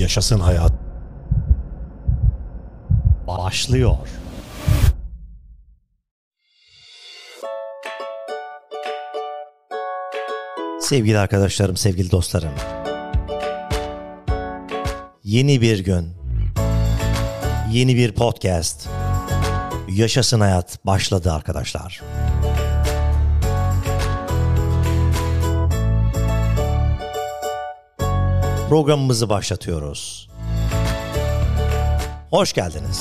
Yaşasın hayat. Başlıyor. Sevgili arkadaşlarım, sevgili dostlarım. Yeni bir gün. Yeni bir podcast. Yaşasın hayat başladı arkadaşlar. Programımızı başlatıyoruz. Hoş geldiniz.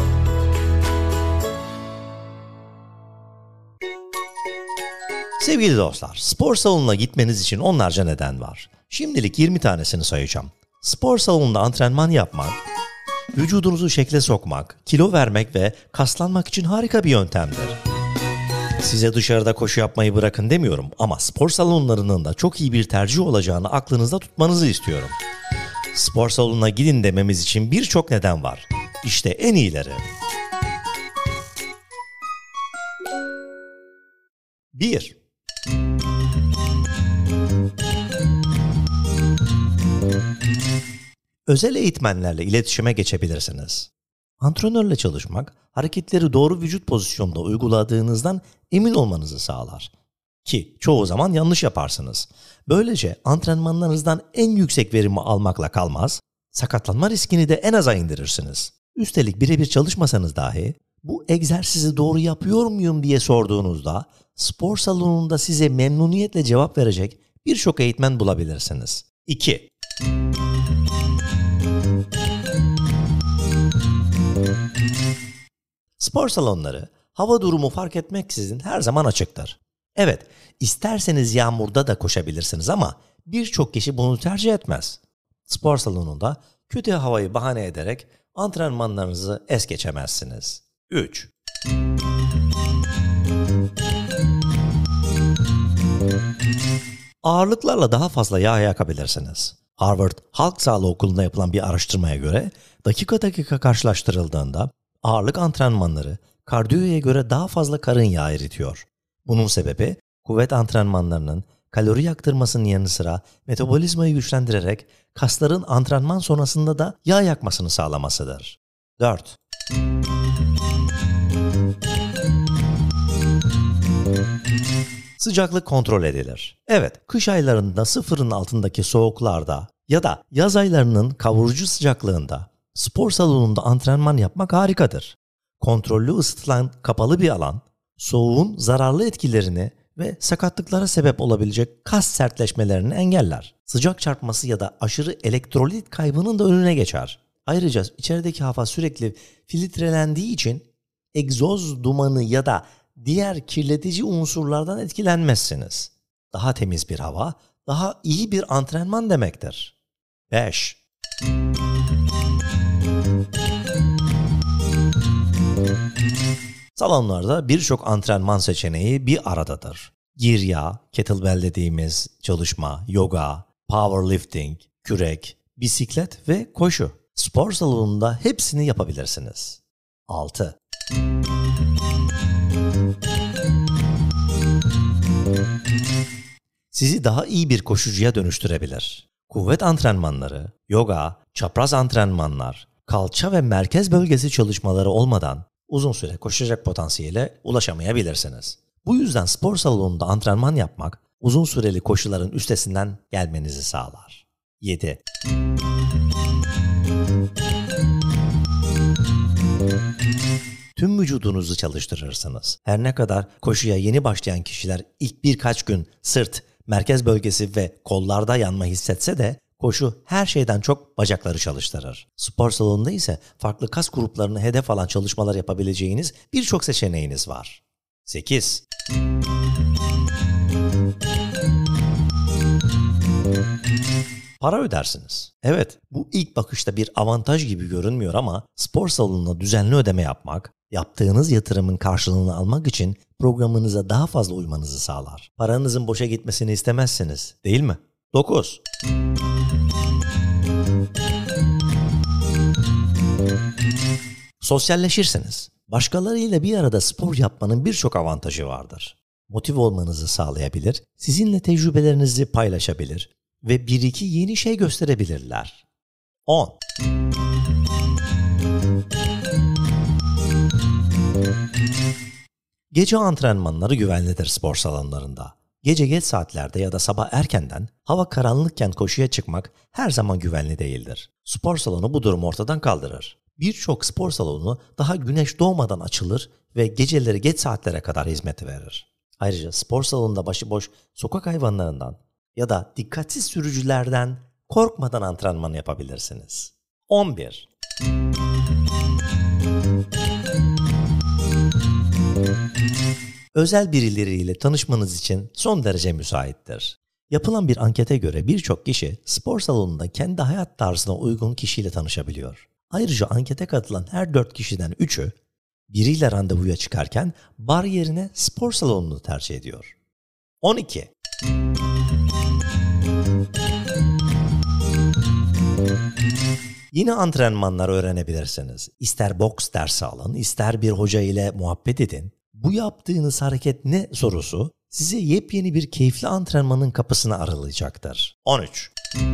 Sevgili dostlar, spor salonuna gitmeniz için onlarca neden var. Şimdilik 20 tanesini sayacağım. Spor salonunda antrenman yapmak, vücudunuzu şekle sokmak, kilo vermek ve kaslanmak için harika bir yöntemdir. Size dışarıda koşu yapmayı bırakın demiyorum ama spor salonlarının da çok iyi bir tercih olacağını aklınızda tutmanızı istiyorum. Spor salonuna gidin dememiz için birçok neden var. İşte en iyileri. 1. Özel eğitmenlerle iletişime geçebilirsiniz. Antrenörle çalışmak, hareketleri doğru vücut pozisyonunda uyguladığınızdan emin olmanızı sağlar. Ki çoğu zaman yanlış yaparsınız. Böylece antrenmanlarınızdan en yüksek verimi almakla kalmaz, sakatlanma riskini de en aza indirirsiniz. Üstelik birebir çalışmasanız dahi, bu egzersizi doğru yapıyor muyum diye sorduğunuzda, spor salonunda size memnuniyetle cevap verecek birçok eğitmen bulabilirsiniz. 2. Spor salonları hava durumu fark etmeksizin her zaman açıktır. Evet, isterseniz yağmurda da koşabilirsiniz ama birçok kişi bunu tercih etmez. Spor salonunda kötü havayı bahane ederek antrenmanlarınızı es geçemezsiniz. 3. Ağırlıklarla daha fazla yağ yakabilirsiniz. Harvard Halk Sağlığı Okulu'nda yapılan bir araştırmaya göre dakika karşılaştırıldığında ağırlık antrenmanları kardiyoya göre daha fazla karın yağı eritiyor. Bunun sebebi kuvvet antrenmanlarının kalori yaktırmasının yanı sıra metabolizmayı güçlendirerek kasların antrenman sonrasında da yağ yakmasını sağlamasıdır. 4. Sıcaklık kontrol edilir. Evet, kış aylarında sıfırın altındaki soğuklarda ya da yaz aylarının kavurucu sıcaklığında spor salonunda antrenman yapmak harikadır. Kontrollü ısıtılan kapalı bir alan, soğuğun zararlı etkilerini ve sakatlıklara sebep olabilecek kas sertleşmelerini engeller. Sıcak çarpması ya da aşırı elektrolit kaybının da önüne geçer. Ayrıca içerideki hava sürekli filtrelendiği için egzoz dumanı ya da diğer kirletici unsurlardan etkilenmezsiniz. Daha temiz bir hava, daha iyi bir antrenman demektir. 5. Salonlarda birçok antrenman seçeneği bir aradadır. Girya, kettlebell dediğimiz çalışma, yoga, powerlifting, kürek, bisiklet ve koşu. Spor salonunda hepsini yapabilirsiniz. 6. Sizi daha iyi bir koşucuya dönüştürebilir. Kuvvet antrenmanları, yoga, çapraz antrenmanlar, kalça ve merkez bölgesi çalışmaları olmadan uzun süre koşacak potansiyele ulaşamayabilirsiniz. Bu yüzden spor salonunda antrenman yapmak uzun süreli koşuların üstesinden gelmenizi sağlar. 7. Tüm vücudunuzu çalıştırırsınız. Her ne kadar koşuya yeni başlayan kişiler ilk birkaç gün sırt, merkez bölgesi ve kollarda yanma hissetse de koşu her şeyden çok bacakları çalıştırır. Spor salonunda ise farklı kas gruplarını hedef alan çalışmalar yapabileceğiniz birçok seçeneğiniz var. 8. Para ödersiniz. Evet, bu ilk bakışta bir avantaj gibi görünmüyor ama spor salonuna düzenli ödeme yapmak, yaptığınız yatırımın karşılığını almak için programınıza daha fazla uymanızı sağlar. Paranızın boşa gitmesini istemezsiniz, değil mi? 9. Sosyalleşirsiniz. Başkalarıyla bir arada spor yapmanın birçok avantajı vardır. Motive olmanızı sağlayabilir, sizinle tecrübelerinizi paylaşabilir ve bir iki yeni şey gösterebilirler. 10. Gece antrenmanları güvenlidir spor salonlarında. Gece geç saatlerde ya da sabah erkenden hava karanlıkken koşuya çıkmak her zaman güvenli değildir. Spor salonu bu durumu ortadan kaldırır. Birçok spor salonu daha güneş doğmadan açılır ve geceleri geç saatlere kadar hizmet verir. Ayrıca spor salonunda başıboş sokak hayvanlarından ya da dikkatsiz sürücülerden korkmadan antrenman yapabilirsiniz. 11. Özel birileriyle tanışmanız için son derece müsaittir. Yapılan bir ankete göre birçok kişi spor salonunda kendi hayat tarzına uygun kişiyle tanışabiliyor. Ayrıca ankete katılan her 4 kişiden 3'ü biriyle randevuya çıkarken bar yerine spor salonunu tercih ediyor. 12. Yine antrenmanlar öğrenebilirsiniz. İster boks dersi alın, ister bir hoca ile muhabbet edin. Bu yaptığınız hareket ne sorusu size yepyeni bir keyifli antrenmanın kapısını aralayacaktır. 13.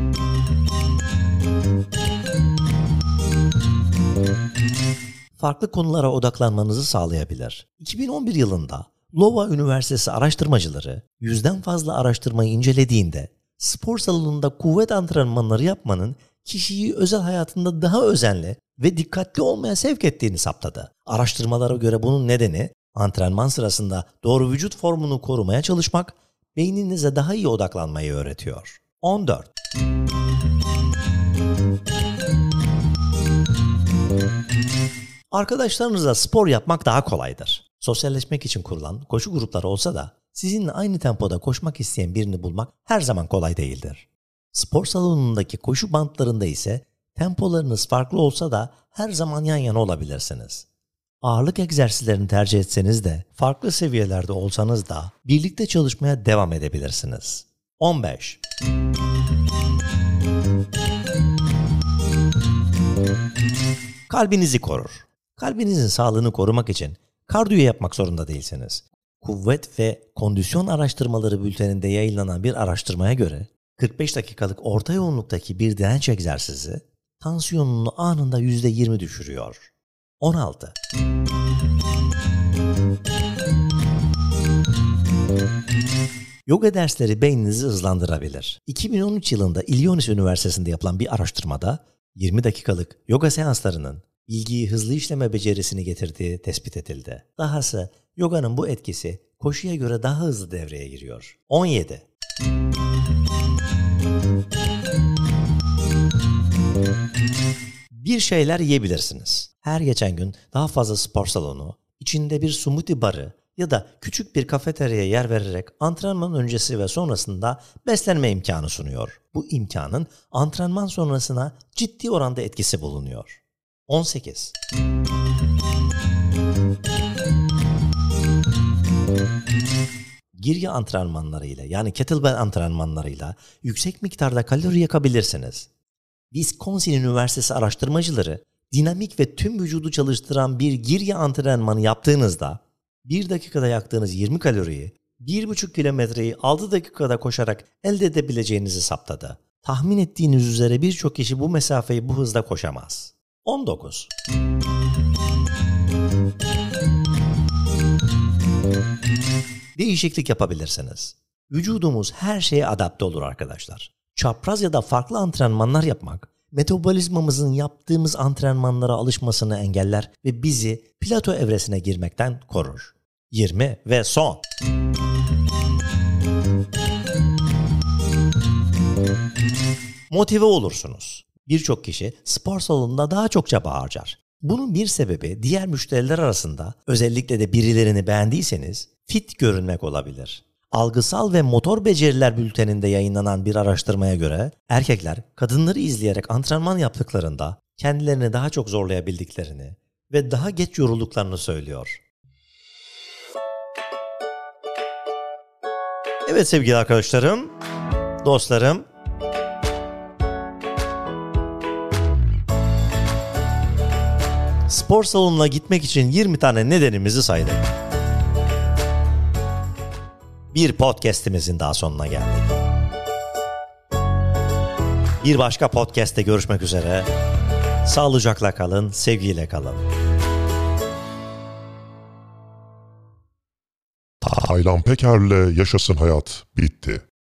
Farklı konulara odaklanmanızı sağlayabilir. 2011 yılında Iowa Üniversitesi araştırmacıları 100'den fazla araştırmayı incelediğinde spor salonunda kuvvet antrenmanları yapmanın kişiyi özel hayatında daha özenli ve dikkatli olmaya sevk ettiğini saptadı. Araştırmalara göre bunun nedeni antrenman sırasında doğru vücut formunu korumaya çalışmak, beyninize daha iyi odaklanmayı öğretiyor. 14. Arkadaşlarınızla spor yapmak daha kolaydır. Sosyalleşmek için kurulan koşu grupları olsa da sizinle aynı tempoda koşmak isteyen birini bulmak her zaman kolay değildir. Spor salonundaki koşu bantlarında ise tempolarınız farklı olsa da her zaman yan yana olabilirsiniz. Ağırlık egzersizlerini tercih etseniz de, farklı seviyelerde olsanız da birlikte çalışmaya devam edebilirsiniz. 15. Kalbinizi korur. Kalbinizin sağlığını korumak için kardiyo yapmak zorunda değilsiniz. Kuvvet ve kondisyon araştırmaları bülteninde yayınlanan bir araştırmaya göre 45 dakikalık orta yoğunluktaki bir direnç egzersizi tansiyonunu anında %20 düşürüyor. 16. Yoga dersleri beyninizi hızlandırabilir. 2013 yılında Illinois Üniversitesi'nde yapılan bir araştırmada 20 dakikalık yoga seanslarının bilgiyi hızlı işleme becerisini getirdiği tespit edildi. Dahası yoganın bu etkisi koşuya göre daha hızlı devreye giriyor. 17. Bir şeyler yiyebilirsiniz. Her geçen gün daha fazla spor salonu, içinde bir smoothie barı ya da küçük bir kafeteryaya yer vererek antrenman öncesi ve sonrasında beslenme imkanı sunuyor. Bu imkanın antrenman sonrasına ciddi oranda etkisi bulunuyor. 18. Girya antrenmanlarıyla yani kettlebell antrenmanlarıyla yüksek miktarda kalori yakabilirsiniz. Wisconsin Üniversitesi araştırmacıları dinamik ve tüm vücudu çalıştıran bir girya antrenmanı yaptığınızda 1 dakikada yaktığınız 20 kaloriyi 1,5 kilometreyi 6 dakikada koşarak elde edebileceğinizi saptadı. Tahmin ettiğiniz üzere birçok kişi bu mesafeyi bu hızda koşamaz. 19. Değişiklik yapabilirsiniz. Vücudumuz her şeye adapte olur arkadaşlar. Çapraz ya da farklı antrenmanlar yapmak, metabolizmamızın yaptığımız antrenmanlara alışmasını engeller ve bizi plato evresine girmekten korur. 20 ve son. Motive olursunuz. Birçok kişi spor salonunda daha çok çaba harcar. Bunun bir sebebi diğer müşteriler arasında, özellikle de birilerini beğendiyseniz, fit görünmek olabilir. Algısal ve motor beceriler bülteninde yayınlanan bir araştırmaya göre erkekler kadınları izleyerek antrenman yaptıklarında kendilerini daha çok zorlayabildiklerini ve daha geç yorulduklarını söylüyor. Evet sevgili arkadaşlarım, dostlarım, spor salonuna gitmek için 20 tane nedenimizi saydık. Bir podcast'imizin daha sonuna geldik. Bir başka podcast'te görüşmek üzere. Sağlıcakla kalın, sevgiyle kalın. Taylan Peker'le Yaşasın Hayat bitti.